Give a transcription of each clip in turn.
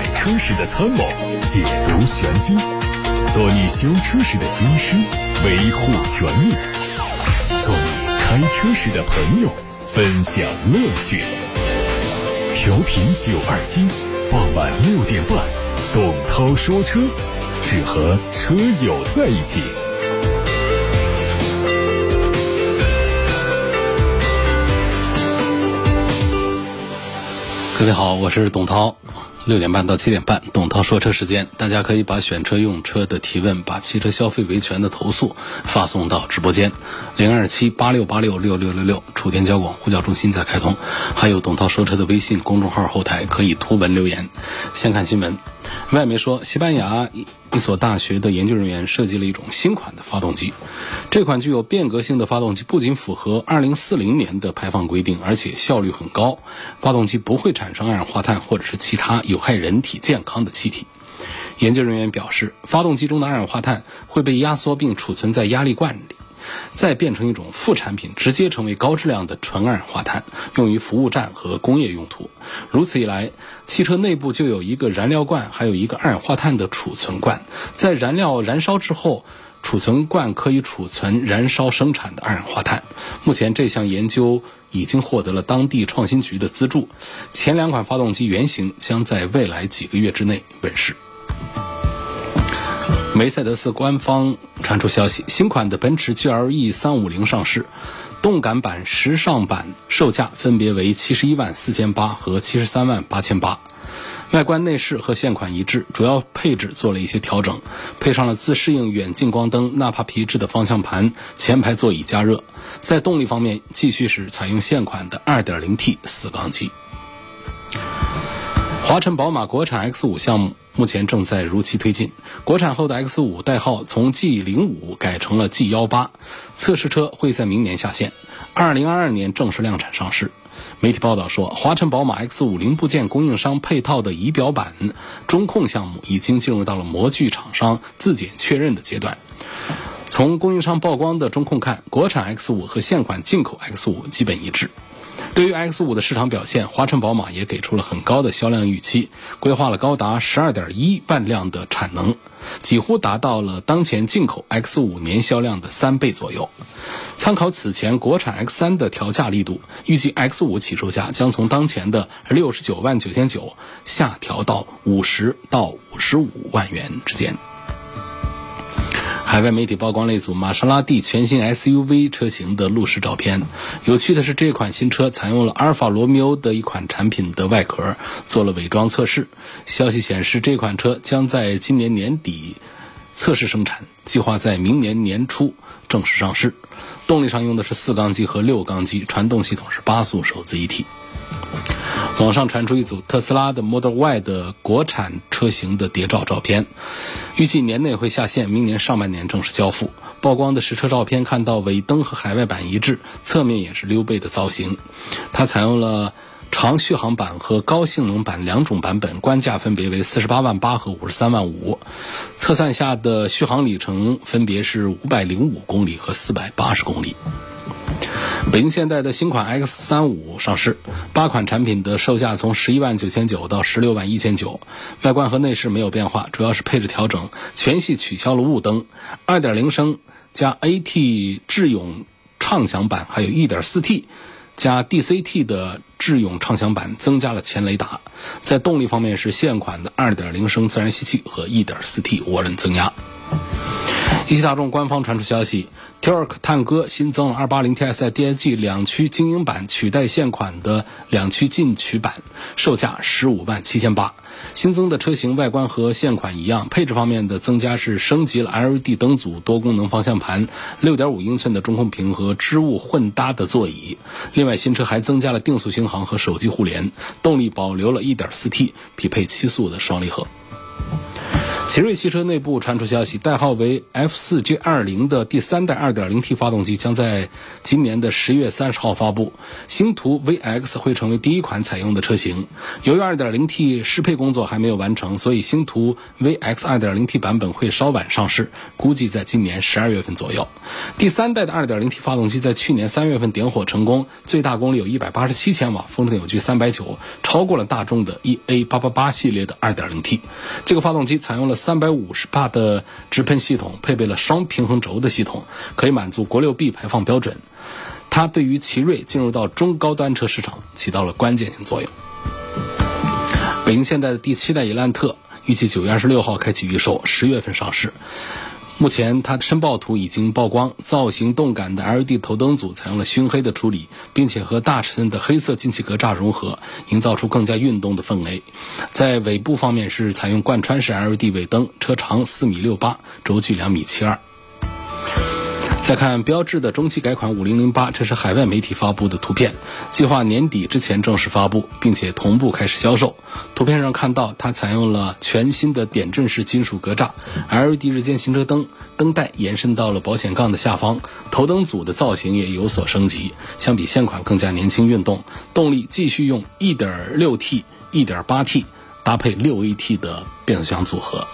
买车时的参谋，解读玄机，做你修车时的军师，维护权益，做你开车时的朋友，分享乐趣。调频927，傍晚6点半，董涛说车，只和车友在一起。 各位好，我是董涛，6点半到7点半，董涛说车时间，大家可以把选车用车的提问，把汽车消费维权的投诉发送到直播间02786866666，楚天交广呼叫中心在开通，还有董涛说车的微信公众号后台可以图文留言。先看新闻，外媒说，西班牙一所大学的研究人员设计了一种新款的发动机，这款具有变革性的发动机不仅符合2040年的排放规定，而且效率很高，发动机不会产生二氧化碳或者是其他有害人体健康的气体。研究人员表示，发动机中的二氧化碳会被压缩并储存在压力罐里，再变成一种副产品，直接成为高质量的纯二氧化碳，用于服务站和工业用途。如此一来，汽车内部就有一个燃料罐，还有一个二氧化碳的储存罐，在燃料燃烧之后，储存罐可以储存燃烧生产的二氧化碳。目前这项研究已经获得了当地创新局的资助，前2款发动机原型将在未来几个月之内问世。梅赛德斯官方传出消息，新款的奔驰 GLE 350上市，动感版、时尚版售价分别为714800和738800。外观内饰和现款一致，主要配置做了一些调整，配上了自适应远近光灯、纳帕皮质的方向盘，前排座椅加热。在动力方面，继续是采用现款的 2.0T 4缸机。华晨宝马国产 X5 项目目前正在如期推进，国产后的 X5 代号从 G05 改成了 G18， 测试车会在明年下线，2022年正式量产上市。媒体报道说，华晨宝马 X5 零部件供应商配套的仪表板中控项目已经进入到了模具厂商自检确认的阶段。从供应商曝光的中控看，国产 X5 和现款进口 X5 基本一致。对于 X5 的市场表现，华晨宝马也给出了很高的销量预期，规划了高达 12.1 万辆的产能，几乎达到了当前进口 X5 年销量的3倍左右。参考此前国产 X3 的调价力度，预计 X5 起售价将从当前的69万9900下调到50到55万元之间。海外媒体曝光了一组玛莎拉蒂全新 SUV 车型的路试照片。有趣的是，这款新车采用了阿尔法罗密欧的一款产品的外壳做了伪装测试。消息显示，这款车将在今年年底测试生产，计划在明年年初正式上市。动力上用的是4缸机和6缸机，传动系统是8速手自一体。网上传出一组特斯拉的 Model Y 的国产车型的谍照照片，预计年内会下线，明年上半年正式交付。曝光的实车照片看到尾灯和海外版一致，侧面也是溜背的造型。它采用了长续航版和高性能版2种版本，官价分别为48万8和53万5，测算下的续航里程分别是505公里和480公里。北京现代的新款 X35 上市，8款产品的售价从11万9900到16万1900，外观和内饰没有变化，主要是配置调整，全系取消了雾灯， 2.0 升加 AT 智勇畅享版，还有 1.4T 加 DCT 的智勇畅享版增加了前雷达。在动力方面是现款的 2.0 升自然吸气和 1.4T 涡轮增压。一汽大众官方传出消息，T-Roc探歌新增了 280TSI DSG 2驱精英版，取代现款的2驱进取版，售价15万7800。新增的车型外观和现款一样，配置方面的增加是升级了 LED 灯组、多功能方向盘、6.5英寸的中控屏和织物混搭的座椅。另外，新车还增加了定速巡航和手机互联，动力保留了 1.4T， 匹配7速的双离合。 奇瑞汽车内部传出消息，代号为 F4G20 的第3代 2.0T 发动机将在今年的10月30号发布，星途 VX 会成为第一款采用的车型。由于 2.0T 适配工作还没有完成，所以星途 VX 2.0T 版本会稍晚上市，估计在今年12月份左右。第3代的 2.0T 发动机在去年3月份点火成功，最大功率有187千瓦，风扭矩390，超过了大众的 EA888 系列的 2.0T。这个发动机采用了350帕的直喷系统，配备了双平衡轴的系统，可以满足国6 B 排放标准。它对于奇瑞进入到中高端车市场起到了关键性作用。北京现代的第7代伊兰特预计9月26号开启预售，10月份上市。目前它的申报图已经曝光，造型动感的 LED 头灯组采用了熏黑的处理，并且和大尺寸的黑色进气格栅融合，营造出更加运动的氛围。在尾部方面是采用贯穿式 LED 尾灯，车长4.68米，轴距2.72米。再看标致的中期改款5008，这是海外媒体发布的图片，计划年底之前正式发布，并且同步开始销售。图片上看到它采用了全新的点阵式金属格栅， LED 日间行车灯灯带延伸到了保险杠的下方，头灯组的造型也有所升级，相比现款更加年轻运动。动力继续用 1.6T、1.8T 搭配 6AT 的变速箱组合。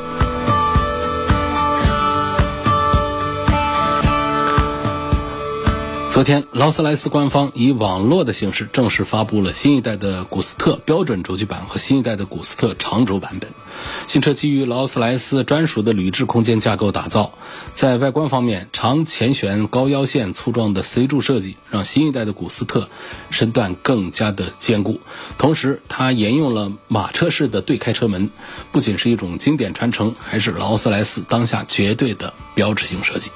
昨天，劳斯莱斯官方以网络的形式正式发布了新一代的古斯特标准轴距版和新一代的古斯特长轴版本。新车基于劳斯莱斯专属的铝制空间架构打造，在外观方面，长前悬高腰线粗壮的 C 柱设计让新一代的古斯特身段更加的坚固。同时，它沿用了马车式的对开车门，不仅是一种经典传承，还是劳斯莱斯当下绝对的标志性设计。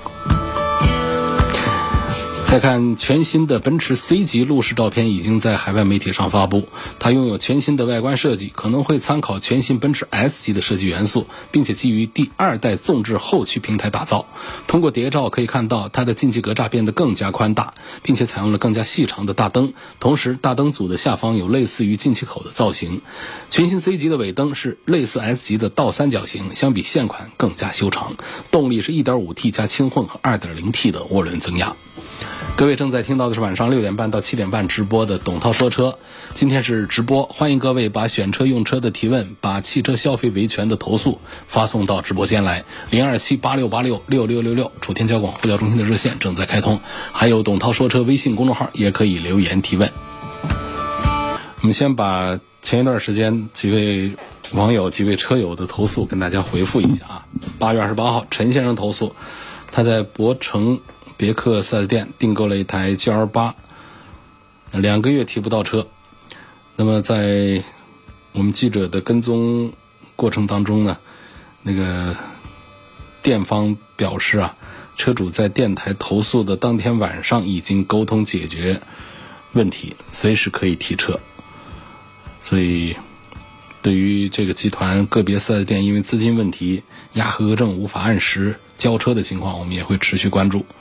再看全新的奔驰 C 级路试照片已经在海外媒体上发布，它拥有全新的外观设计，可能会参考全新奔驰 S 级的设计元素，并且基于第2代纵置后驱平台打造。通过谍照可以看到它的进气格栅变得更加宽大，并且采用了更加细长的大灯，同时大灯组的下方有类似于进气口的造型。全新 C 级的尾灯是类似 S 级的倒三角形，相比现款更加修长。动力是 1.5T 加轻混和 2.0T 的涡轮增压。各位正在听到的是晚上6点半到7点半直播的董涛说车，今天是直播，欢迎各位把选车用车的提问，把汽车消费维权的投诉发送到直播间来，02786866666，楚天交广呼叫中心的热线正在开通，还有董涛说车微信公众号也可以留言提问。我们先把前一段时间几位网友几位车友的投诉跟大家回复一下啊。8月28号陈先生投诉，他在博城别克 4S 店订购了一台 GL8，2个月提不到车。那么在我们记者的跟踪过程当中呢，那个店方表示啊，车主在电台投诉的当天晚上已经沟通解决问题，随时可以提车。所以对于这个集团个别 4S 店因为资金问题压合格证无法按时交车的情况，我们也会持续关注。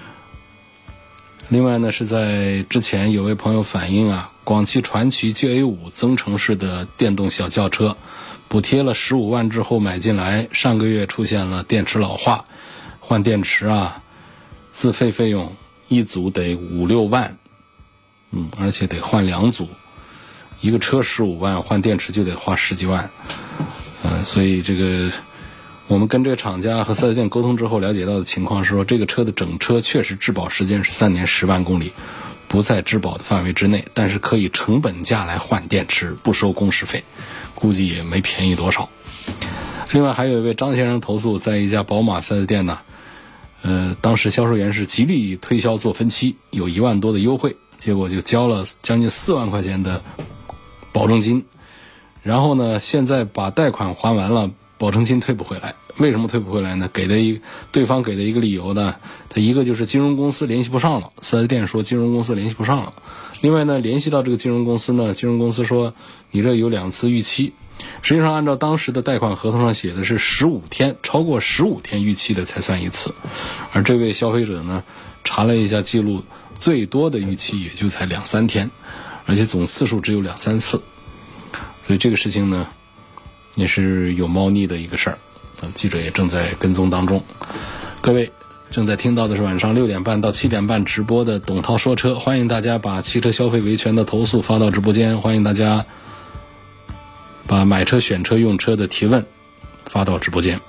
另外呢，是在之前有位朋友反映啊，广汽传祺 GA5 增程式的电动小轿车补贴了15万之后买进来，上个月出现了电池老化，换电池啊自费费用一组得5-6万，而且得换2组，一个车15万，换电池就得花10几万，所以这个我们跟这个厂家和4S店沟通之后了解到的情况是说，这个车的整车确实质保时间是3年10万公里，不在质保的范围之内，但是可以成本价来换电池，不收工时费，估计也没便宜多少。另外还有一位张先生投诉，在一家宝马 4S 店呢，当时销售员是极力推销做分期，有1万多的优惠，结果就交了将近4万块钱的保证金，然后呢现在把贷款还完了，保证金退不回来。为什么退不回来呢？对方给的一个理由呢，他一个就是金融公司联系不上了，4S店说金融公司联系不上了。另外呢，联系到这个金融公司呢，金融公司说你这有2次逾期。实际上按照当时的贷款合同上写的是15天，超过15天逾期的才算一次。而这位消费者呢，查了一下记录，最多的逾期也就才2-3天，而且总次数只有2-3次。所以这个事情呢， 也是有猫腻的一个事儿，记者也正在跟踪当中。各位正在听到的是晚上6点半到7点半直播的董涛说车，欢迎大家把汽车消费维权的投诉发到直播间，欢迎大家把买车、选车、用车的提问发到直播间。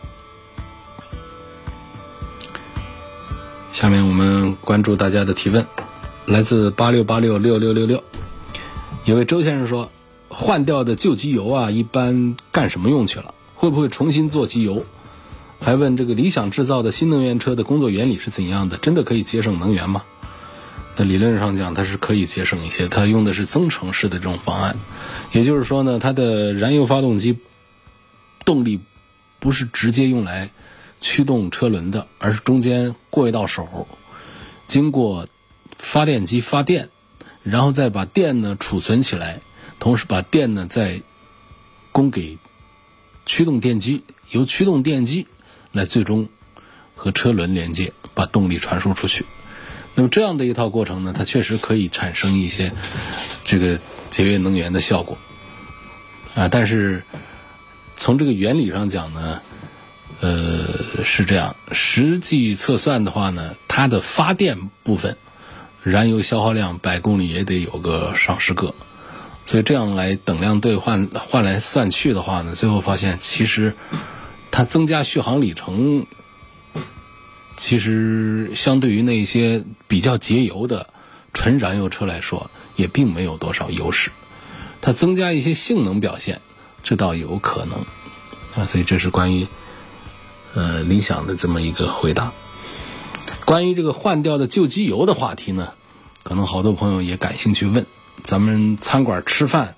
下面我们关注大家的提问，来自86866666，有位周先生说，换掉的旧机油啊，一般干什么用去了？会不会重新做机油？还问这个理想制造的新能源车的工作原理是怎样的？真的可以节省能源吗？那理论上讲，它是可以节省一些，它用的是增程式的这种方案，也就是说呢，它的燃油发动机动力不是直接用来驱动车轮的，而是中间过一道手，经过发电机发电，然后再把电呢储存起来，同时把电呢再供给驱动电机，由驱动电机来最终和车轮连接，把动力传输出去。那么这样的一套过程呢，它确实可以产生一些这个节约能源的效果但是从这个原理上讲呢，是这样，实际测算的话呢，它的发电部分燃油消耗量100公里也得有个上10个，所以这样来等量兑换来算去的话呢，最后发现其实它增加续航里程，其实相对于那些比较节油的纯燃油车来说，也并没有多少优势。它增加一些性能表现，这倒有可能所以这是关于理想的这么一个回答。关于这个换掉的旧机油的话题呢，可能好多朋友也感兴趣问，咱们餐馆吃饭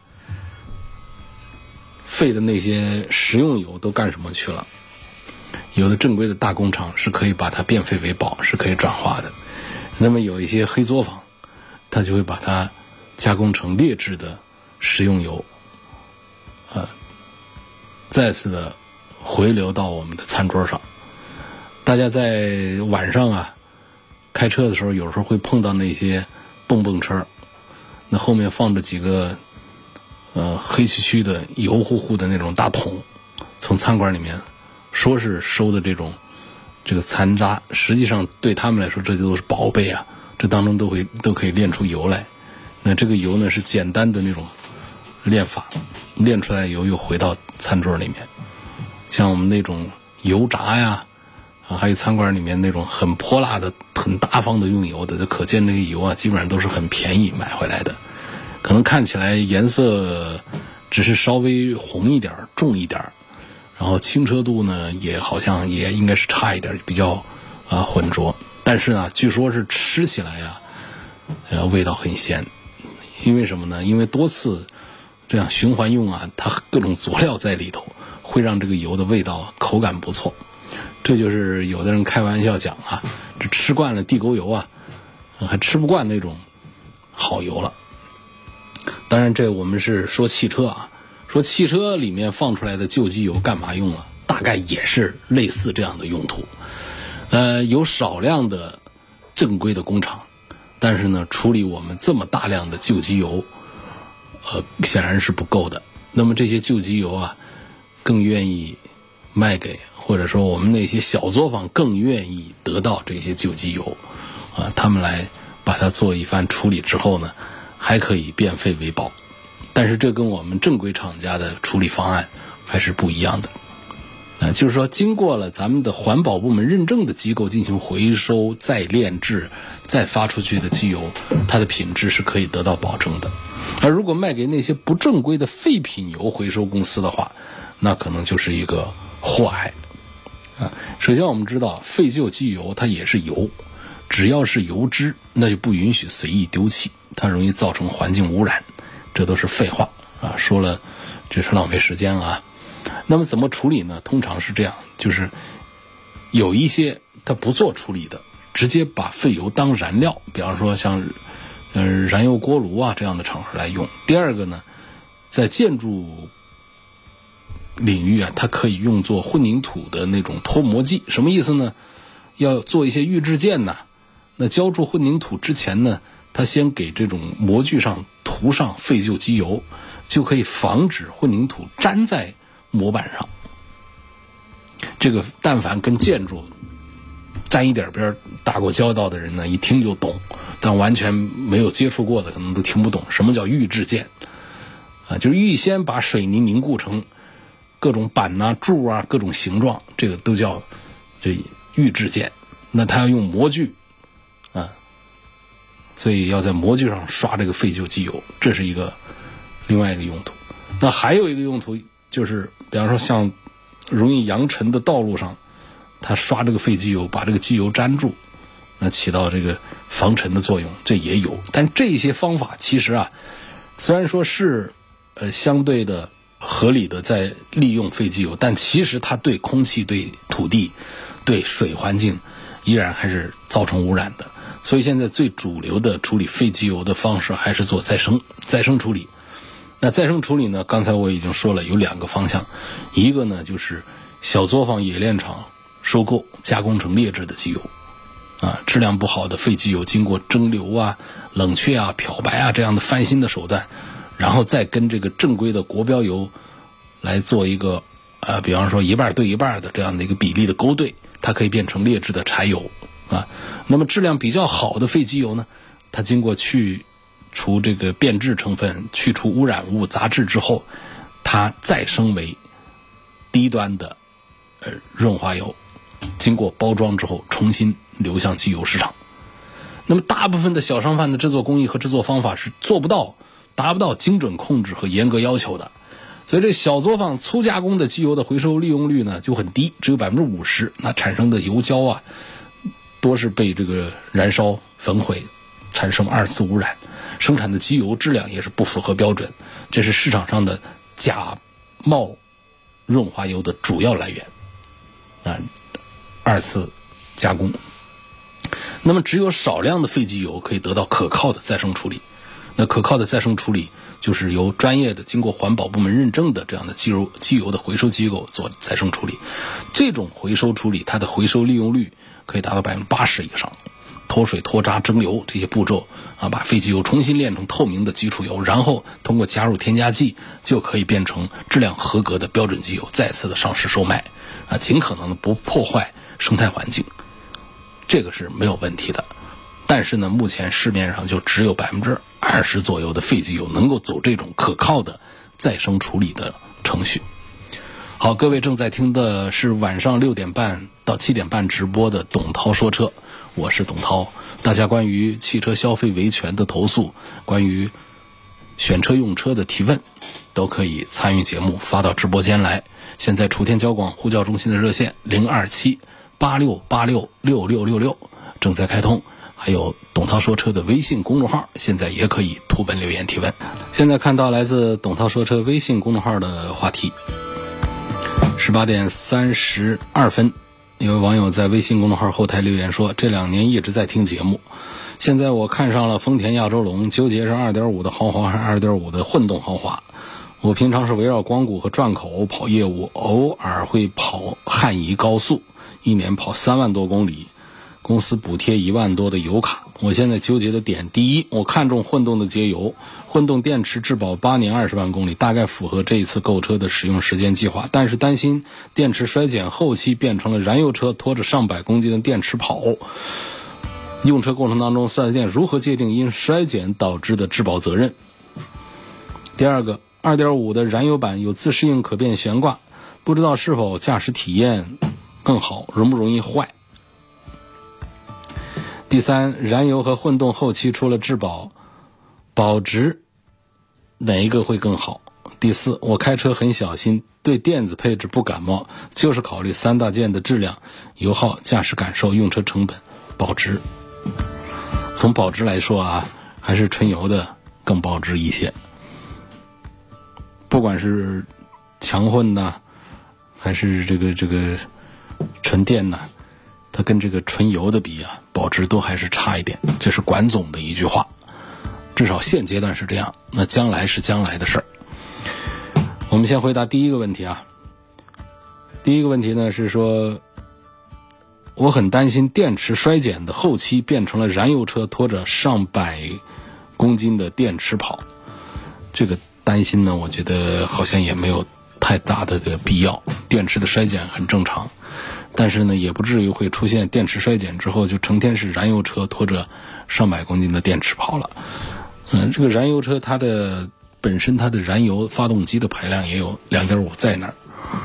废的那些食用油都干什么去了？有的正规的大工厂是可以把它变废为宝，是可以转化的。那么有一些黑作坊，它就会把它加工成劣质的食用油，再次的回流到我们的餐桌上。大家在晚上开车的时候，有时候会碰到那些蹦蹦车，那后面放着几个黑黢黢的油乎乎的那种大桶，从餐馆里面说是收的这个残渣，实际上对他们来说这都是宝贝啊，这当中都可以炼出油来。那这个油呢是简单的那种炼法，炼出来油又回到餐桌里面。像我们那种油炸呀还有餐馆里面那种很泼辣的很大方的用油的，可见那个油基本上都是很便宜买回来的，可能看起来颜色只是稍微红一点重一点，然后清澈度呢也好像也应该是差一点，比较浑浊，但是呢据说是吃起来味道很鲜。因为什么呢？因为多次这样循环用它各种佐料在里头，会让这个油的味道口感不错。这就是有的人开玩笑讲这吃惯了地沟油还吃不惯那种好油了。当然这我们是说汽车说汽车里面放出来的旧机油干嘛用了，大概也是类似这样的用途。有少量的正规的工厂，但是呢处理我们这么大量的旧机油显然是不够的。那么这些旧机油更愿意卖给，或者说我们那些小作坊更愿意得到这些旧机油他们来把它做一番处理之后呢，还可以变废为宝。但是这跟我们正规厂家的处理方案还是不一样的就是说经过了咱们的环保部门认证的机构进行回收再炼制再发出去的机油，它的品质是可以得到保证的。而如果卖给那些不正规的废品油回收公司的话，那可能就是一个祸害首先我们知道废旧机油它也是油，只要是油脂那就不允许随意丢弃，它容易造成环境污染，这都是废话说了这是浪费时间那么怎么处理呢？通常是这样，就是有一些它不做处理的，直接把废油当燃料，比方说像燃油锅炉这样的场合来用。第二个呢，在建筑领域它可以用作混凝土的那种脱模剂。什么意思呢？要做一些预制件那浇筑混凝土之前呢，它先给这种模具上涂上废旧机油，就可以防止混凝土粘在模板上。这个但凡跟建筑沾一点边打过交道的人呢，一听就懂，但完全没有接触过的可能都听不懂什么叫预制件啊，就是预先把水泥凝固成各种板啊、柱啊、各种形状，这个都叫这预制件。那它要用模具啊，所以要在模具上刷这个废旧机油，这是另外一个用途。那还有一个用途就是，比方说像容易扬尘的道路上，它刷这个废机油，把这个机油粘住，那起到这个防尘的作用，这也有。但这些方法其实啊，虽然说是相对的合理的在利用废机油，但其实它对空气、对土地、对水环境依然还是造成污染的。所以现在最主流的处理废机油的方式还是做再生处理。那再生处理呢，刚才我已经说了有2个方向，一个呢就是小作坊冶炼厂收购加工成劣质的机油啊，质量不好的废机油经过蒸馏啊、冷却啊、漂白啊这样的翻新的手段，然后再跟这个正规的国标油来做一个比方说1半对1半的这样的一个比例的勾兑，它可以变成劣质的柴油啊。那么质量比较好的废机油呢，它经过去除这个变质成分、去除污染物杂质之后，它再升为低端的润滑油，经过包装之后重新流向机油市场。那么大部分的小商贩的制作工艺和制作方法是达不到精准控制和严格要求的，所以这小作坊粗加工的机油的回收利用率呢就很低，只有 50%， 那产生的油胶啊多是被这个燃烧焚毁产生2次污染，生产的机油质量也是不符合标准，这是市场上的假冒润滑油的主要来源啊，2次加工。那么只有少量的废机油可以得到可靠的再生处理，那可靠的再生处理就是由专业的经过环保部门认证的这样的机油的回收机构做再生处理，这种回收处理它的回收利用率可以达到 80% 以上，脱水、脱渣、蒸馏这些步骤啊，把废机油重新炼成透明的基础油，然后通过加入添加剂就可以变成质量合格的标准机油，再次的上市售卖啊，尽可能的不破坏生态环境，这个是没有问题的。但是呢，目前市面上就只有 20% 左右的废机油能够走这种可靠的再生处理的程序。好，各位正在听的是晚上6点半到7点半直播的董涛说车，我是董涛。大家关于汽车消费维权的投诉，关于选车用车的提问，都可以参与节目发到直播间来。现在楚天交广呼叫中心的热线02786866666正在开通，还有董涛说车的微信公众号，现在也可以图文留言提问。现在看到来自董涛说车微信公众号的话题，18点32分，有位网友在微信公众号后台留言说，这2年一直在听节目，现在我看上了丰田亚洲龙，纠结是 2.5 的豪华还是 2.5 的混动豪华。我平常是围绕光谷和转口跑业务，偶尔会跑汉宜高速，一年跑3万多公里，公司补贴1万多的油卡。我现在纠结的点，第一，我看中混动的节油，混动电池质保8年20万公里，大概符合这一次购车的使用时间计划，但是担心电池衰减后期变成了燃油车拖着上百公斤的电池跑。用车过程当中4S店如何界定因衰减导致的质保责任？第二个， 2.5 的燃油版有自适应可变悬挂，不知道是否驾驶体验更好，容不容易坏？第三，燃油和混动后期出了质保，保值哪一个会更好？第四，我开车很小心，对电子配置不感冒，就是考虑3大件的质量、油耗、驾驶感受、用车成本、保值。从保值来说啊，还是纯油的更保值一些，不管是强混呐，还是这个纯电呐，它跟这个纯油的比啊，保值都还是差一点，这是管总的一句话，至少现阶段是这样，那将来是将来的事儿。我们先回答第一个问题啊，第一个问题呢是说，我很担心电池衰减的后期变成了燃油车拖着上百公斤的电池跑，这个担心呢，我觉得好像也没有太大的个必要，电池的衰减很正常，但是呢，也不至于会出现电池衰减之后就成天是燃油车拖着上百公斤的电池跑了。这个燃油车它的本身它的燃油发动机的排量也有 2.5 在那儿。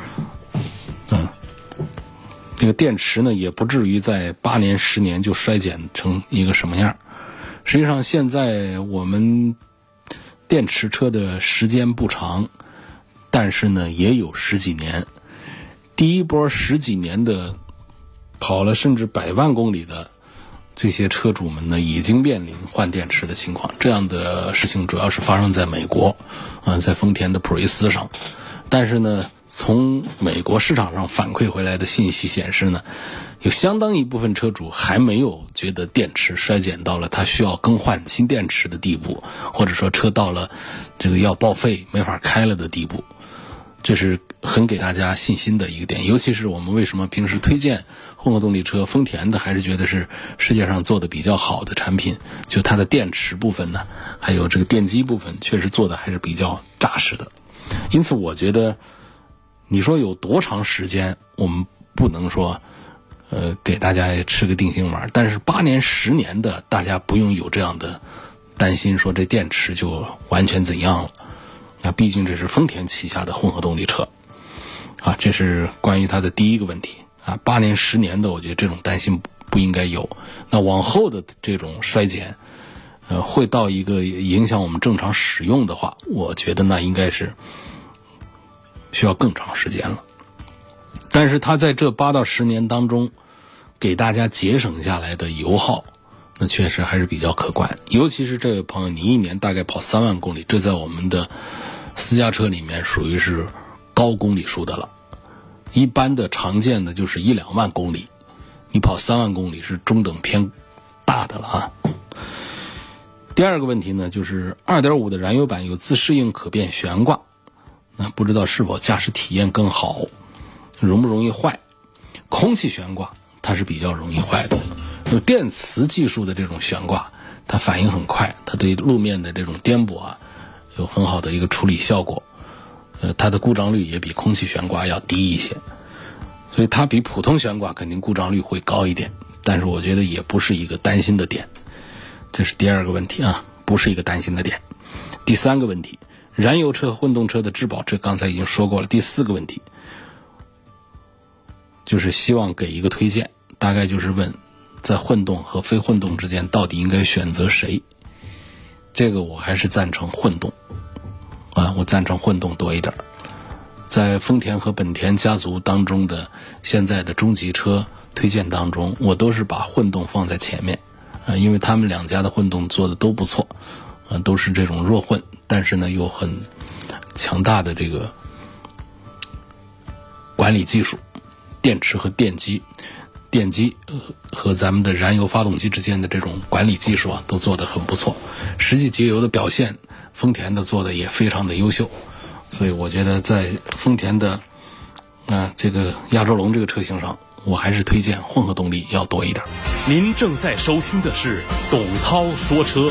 这个电池呢也不至于在8年10年就衰减成一个什么样。实际上现在我们电池车的时间不长，但是呢也有10几年。第一波10几年的跑了甚至100万公里的这些车主们呢，已经面临换电池的情况。这样的事情主要是发生在美国，在丰田的普锐斯上。但是呢，从美国市场上反馈回来的信息显示呢，有相当一部分车主还没有觉得电池衰减到了他需要更换新电池的地步，或者说车到了这个要报废没法开了的地步。这是很给大家信心的一个点，尤其是我们为什么平时推荐混合动力车，丰田的还是觉得是世界上做的比较好的产品，就它的电池部分呢，还有这个电机部分确实做的还是比较扎实的。因此我觉得你说有多长时间，我们不能说给大家吃个定心丸，但是8年10年的大家不用有这样的担心说这电池就完全怎样了。那毕竟这是丰田旗下的混合动力车这是关于它的第一个问题8年10年的我觉得这种担心不应该有。那往后的这种衰减会到一个影响我们正常使用的话，我觉得那应该是需要更长时间了。但是它在这8到10年当中给大家节省下来的油耗，那确实还是比较可观。尤其是这位朋友，你一年大概跑3万公里，这在我们的私家车里面属于是高公里数的了。一般的常见的就是1-2万公里，你跑3万公里是中等偏大的了第二个问题呢，就是 2.5 的燃油版有自适应可变悬挂，那不知道是否驾驶体验更好，容不容易坏。空气悬挂它是比较容易坏的，有电磁技术的这种悬挂它反应很快，它对路面的这种颠簸有很好的一个处理效果，它的故障率也比空气悬挂要低一些，所以它比普通悬挂肯定故障率会高一点，但是我觉得也不是一个担心的点。这是第二个问题不是一个担心的点。第三个问题，燃油车和混动车的质保，这刚才已经说过了。第四个问题就是希望给一个推荐，大概就是问在混动和非混动之间到底应该选择谁。这个我还是赞成混动我赞成混动多一点。在丰田和本田家族当中的现在的中级车推荐当中，我都是把混动放在前面因为他们两家的混动做的都不错都是这种弱混，但是呢又很强大的这个管理技术，电池和电机和咱们的燃油发动机之间的这种管理技术都做得很不错，实际节油的表现丰田的做的也非常的优秀。所以我觉得在丰田的这个亚洲龙这个车型上，我还是推荐混合动力要多一点。 您正在收听的是董涛说车。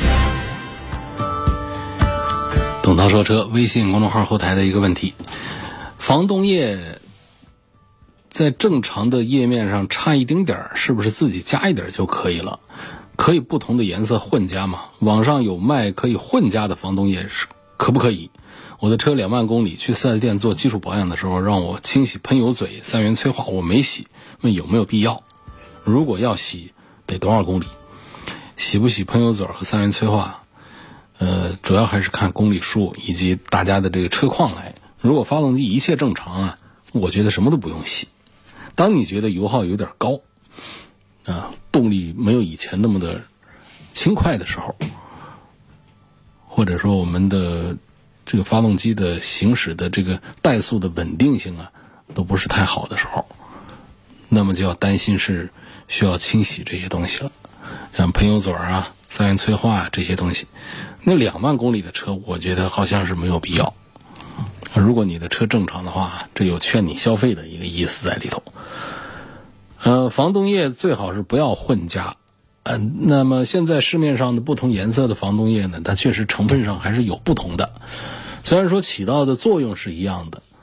董涛说车微信公众号后台的一个问题，防冻液在正常的页面上差一丁点，是不是自己加一点就可以了？可以不同的颜色混加吗？网上有卖可以混加的防冻液，可不可以？我的车2万公里，去 4S 店做基础保养的时候让我清洗喷油嘴、三元催化，我没洗，问有没有必要？如果要洗得多少公里？洗不洗喷油嘴和三元催化主要还是看公里数以及大家的这个车况来。如果发动机一切正常我觉得什么都不用洗。当你觉得油耗有点高动力没有以前那么的轻快的时候，或者说我们的这个发动机的行驶的这个怠速的稳定性都不是太好的时候，那么就要担心是需要清洗这些东西了，像喷油嘴三元催化这些东西。那2万公里的车我觉得好像是没有必要。如果你的车正常的话，这有劝你消费的一个意思在里头。防冻液最好是不要混加。那么现在市面上的不同颜色的防冻液呢，它确实成分上还是有不同的。虽然说起到的作用是一样的，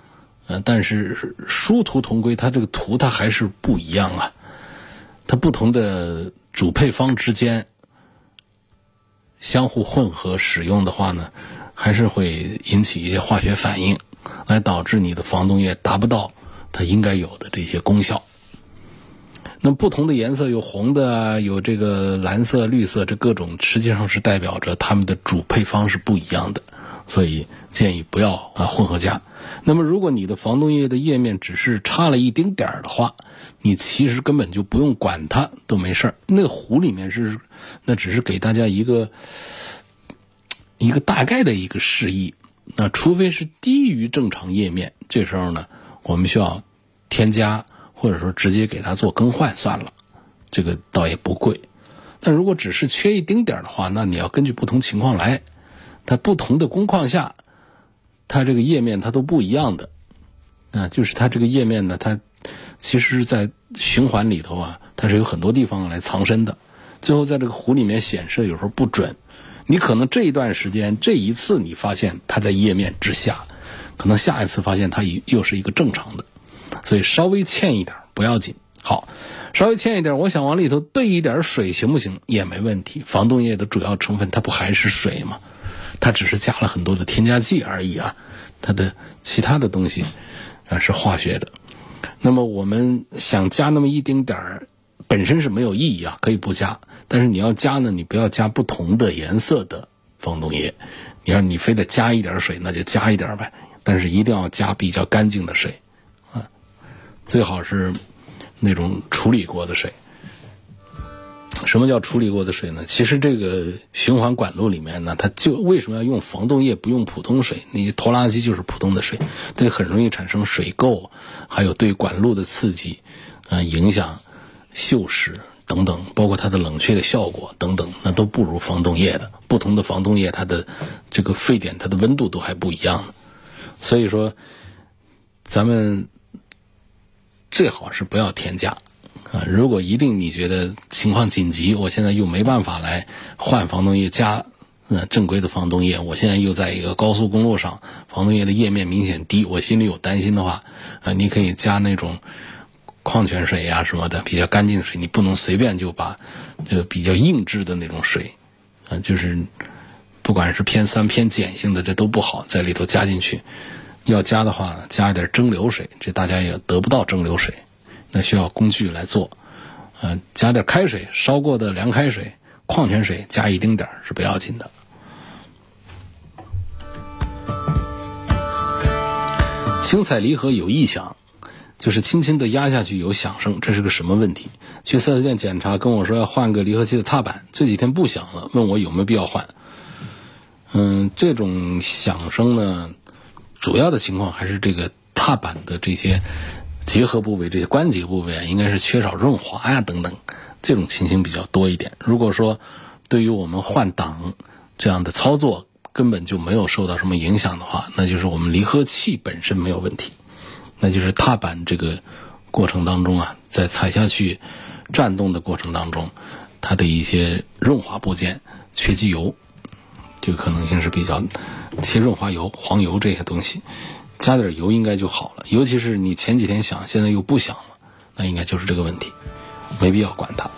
但是殊途同归，它这个图它还是不一样啊。它不同的主配方之间相互混合使用的话呢，还是会引起一些化学反应，来导致你的防冻液达不到它应该有的这些功效。那么不同的颜色有红的，有这个蓝色、绿色，这各种实际上是代表着它们的主配方是不一样的，所以建议不要混合加。那么如果你的防冻液的液面只是差了一丁点儿的话，你其实根本就不用管它都没事儿。那个壶里面那只是给大家一个大概的一个示意。那除非是低于正常液面，这时候呢我们需要添加或者说直接给它做更换算了，这个倒也不贵。但如果只是缺一丁点的话，那你要根据不同情况来，它不同的工况下它这个液面它都不一样的就是它这个液面呢，它其实在循环里头它是有很多地方来藏身的，最后在这个壶里面显示有时候不准。你可能这一段时间这一次你发现它在液面之下，可能下一次发现它又是一个正常的，所以稍微欠一点不要紧。好，稍微欠一点，我想往里头兑一点水行不行？也没问题。防冻液的主要成分它不还是水吗？它只是加了很多的添加剂而已它的其他的东西是化学的。那么我们想加那么一丁点儿，本身是没有意义可以不加。但是你要加呢，你不要加不同的颜色的防冻液。你非得加一点水，那就加一点呗，但是一定要加比较干净的水最好是那种处理过的水。什么叫处理过的水呢？其实这个循环管路里面呢，它就为什么要用防冻液不用普通水？你拖拉机就是普通的水，这很容易产生水垢，还有对管路的刺激影响锈蚀等等，包括它的冷却的效果等等，那都不如防冻液的。不同的防冻液它的这个沸点它的温度都还不一样呢。所以说咱们最好是不要添加如果一定你觉得情况紧急，我现在又没办法来换防冻液加正规的防冻液，我现在又在一个高速公路上，防冻液的液面明显低，我心里有担心的话你可以加那种矿泉水什么的比较干净的水。你不能随便就把这个比较硬质的那种水就是不管是偏酸偏碱性的，这都不好在里头加进去。要加的话加一点蒸馏水，这大家也得不到蒸馏水，那需要工具来做加点开水，烧过的凉开水，矿泉水加一丁点是不要紧的。轻踩离合有异响，就是轻轻的压下去有响声，这是个什么问题？去4S店检查跟我说要换个离合器的踏板，这几天不响了，问我有没有必要换。这种响声呢，主要的情况还是这个踏板的这些结合部位，这些关节部位应该是缺少润滑等等，这种情形比较多一点。如果说对于我们换挡这样的操作根本就没有受到什么影响的话，那就是我们离合器本身没有问题，那就是踏板这个过程当中在踩下去转动的过程当中，它的一些润滑部件缺机油，这个可能性是比较缺润滑油、黄油这些东西，加点油应该就好了。尤其是你前几天响，现在又不响了，那应该就是这个问题，没必要管它。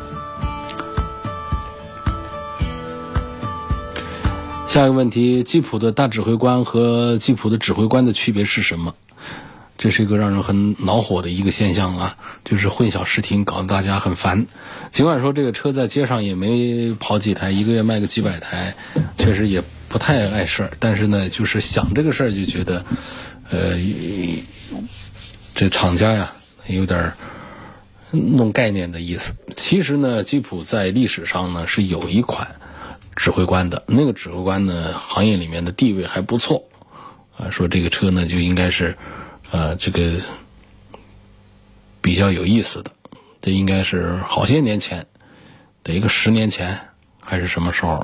下一个问题，吉普的大指挥官和吉普的指挥官的区别是什么？这是一个让人很恼火的一个现象就是混淆视听，搞得大家很烦。尽管说这个车在街上也没跑几台，一个月卖个几百台，确实也不太碍事儿，但是呢，就是想这个事儿就觉得，这厂家有点弄概念的意思。其实呢，吉普在历史上呢是有一款指挥官的，那个指挥官呢行业里面的地位还不错说这个车呢就应该是这个比较有意思的，这应该是好些年前，得一个10年前还是什么时候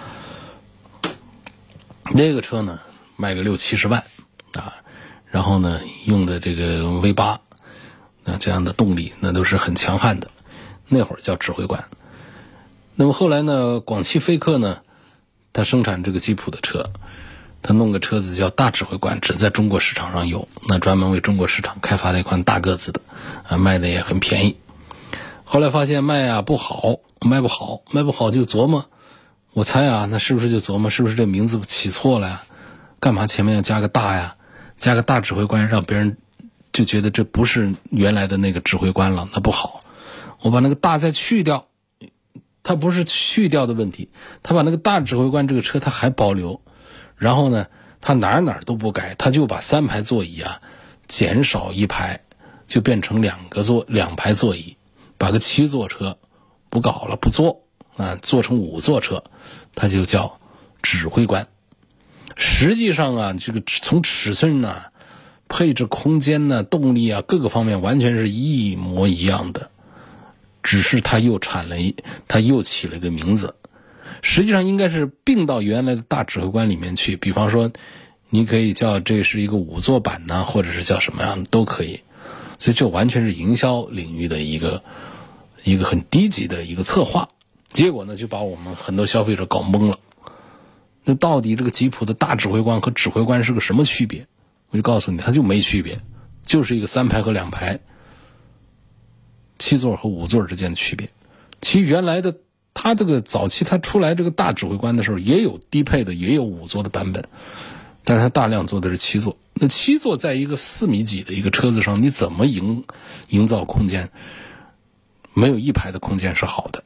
那个车呢卖个60-70万然后呢用的这个 V8 这样的动力那都是很强悍的，那会儿叫指挥官。那么后来呢，广汽菲克呢它生产这个吉普的车， 他弄个车子叫大指挥官，只在中国市场上有，那专门为中国市场开发了一款大个子的，卖的也很便宜。后来发现卖不好，卖不好就琢磨，我猜那是不是就琢磨是不是这名字起错了呀？干嘛前面要加个大呀？加个大指挥官，让别人就觉得这不是原来的那个指挥官了，那不好。我把那个大再去掉，他不是去掉的问题，他把那个大指挥官这个车他还保留，然后呢他哪都不改，他就把3排座椅减少1排，就变成2排座椅，把个7座车不搞了，不做做成5座车，它就叫指挥官。实际上这个从尺寸配置空间动力各个方面完全是一模一样的，只是它又起了个名字。实际上应该是并到原来的大指挥官里面去，比方说你可以叫这是一个5座版或者是叫什么样都可以。所以这完全是营销领域的一个很低级的一个策划，结果呢就把我们很多消费者搞懵了。那到底这个吉普的大指挥官和指挥官是个什么区别？我就告诉你，它就没区别，就是一个3排和2排，7座和5座之间的区别。其实原来的它这个早期它出来这个大指挥官的时候也有低配的，也有5座的版本，但是它大量做的是7座。那7座在一个4米几的一个车子上，你怎么营造空间？没有1排的空间是好的，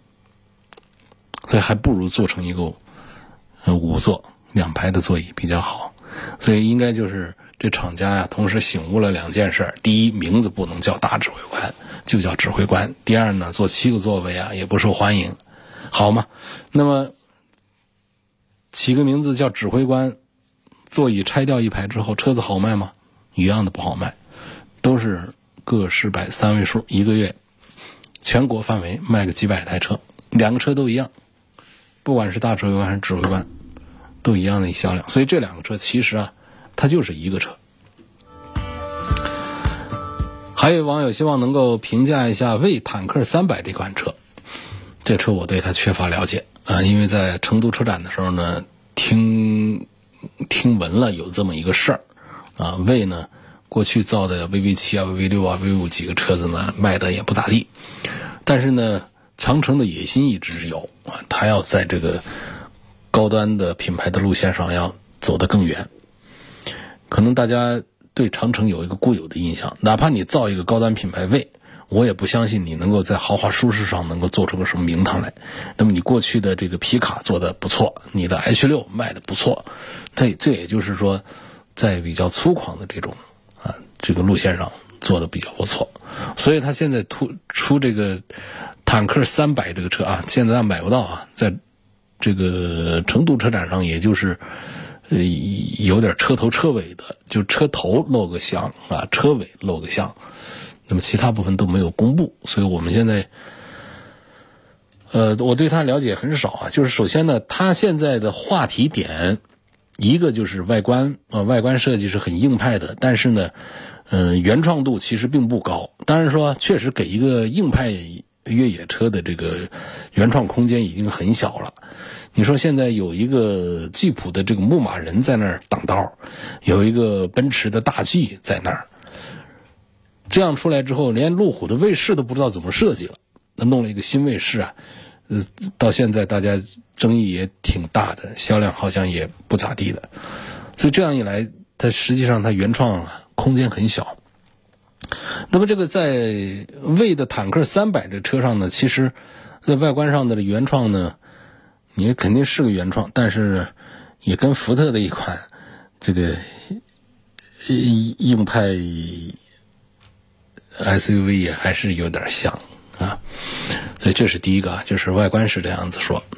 所以还不如做成一个5座2排的座椅比较好。所以应该就是这厂家同时醒悟了2件事：第一，名字不能叫大指挥官，就叫指挥官；第二呢，做7个座位也不受欢迎，好吗？那么起个名字叫指挥官，座椅拆掉1排之后，车子好卖吗？一样的不好卖，都是个失败3位数，1个月全国范围卖个几百台车，2个车都一样，不管是大指挥官还是指挥官都一样的销量。所以这2个车其实它就是一个车。还有网友希望能够评价一下魏坦克300这款车，这车我对它缺乏了解因为在成都车展的时候呢听闻了有这么一个事儿魏呢过去造的 VV7 VV6 VV5 几个车子呢卖的也不咋地，但是呢长城的野心一直是有它要在这个高端的品牌的路线上要走得更远。可能大家对长城有一个固有的印象，哪怕你造一个高端品牌魏，我也不相信你能够在豪华舒适上能够做出个什么名堂来。那么你过去的这个皮卡做得不错，你的 H6 卖得不错，这也就是说在比较粗犷的这个路线上做得比较不错。所以他现在出这个坦克300这个车现在买不到在这个成都车展上也就是有点车头车尾的，就车头露个相车尾露个相，那么其他部分都没有公布。所以我们现在我对它了解很少就是首先呢，它现在的话题点一个就是外观外观设计是很硬派的，但是呢原创度其实并不高。当然说确实给一个硬派越野车的这个原创空间已经很小了。你说现在有一个吉普的这个牧马人在那儿挡道，有一个奔驰的大 G 在那儿，这样出来之后连路虎的卫士都不知道怎么设计了，那弄了一个新卫士到现在大家争议也挺大的，销量好像也不咋地的。所以这样一来它实际上它原创空间很小。那么这个在魏的坦克300这车上呢，其实在外观上的原创呢，你肯定是个原创，但是也跟福特的一款这个硬派 SUV 也还是有点像所以这是第一个就是外观是这样子说。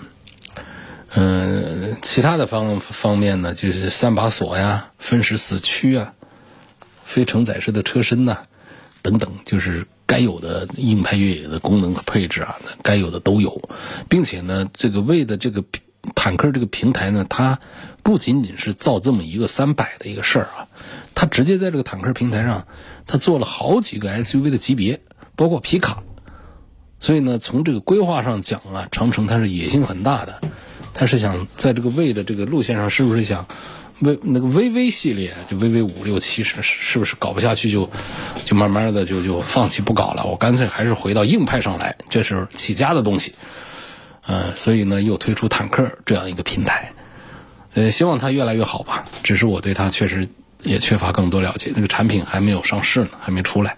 其他的方面呢，就是3把锁分时四驱非承载式的车身等等，就是该有的硬派越野的功能和配置该有的都有。并且呢这个魏的这个坦克这个平台呢，它不仅仅是造这么一个300的一个事儿它直接在这个坦克平台上它做了好几个 SUV 的级别，包括皮卡。所以呢从这个规划上讲长城它是野心很大的，它是想在这个魏的这个路线上是不是想那个 VV 系列，就 VV 5、6、7是不是搞不下去就慢慢的就放弃不搞了？我干脆还是回到硬派上来，这是起家的东西。所以呢，又推出坦克这样一个平台，希望它越来越好吧。只是我对它确实也缺乏更多了解，那个产品还没有上市呢，还没出来。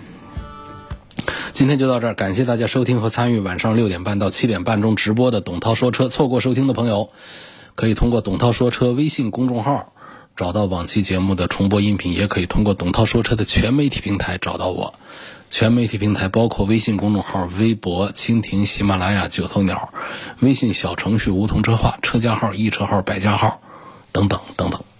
今天就到这儿，感谢大家收听和参与晚上6点半到7点半中直播的董涛说车。错过收听的朋友，可以通过董涛说车微信公众号找到往期节目的重播音频，也可以通过董涛说车的全媒体平台找到我。全媒体平台包括微信公众号、微博、蜻蜓、喜马拉雅、九头鸟、微信小程序梧桐车话、车家号、易车号、百家号等等等等。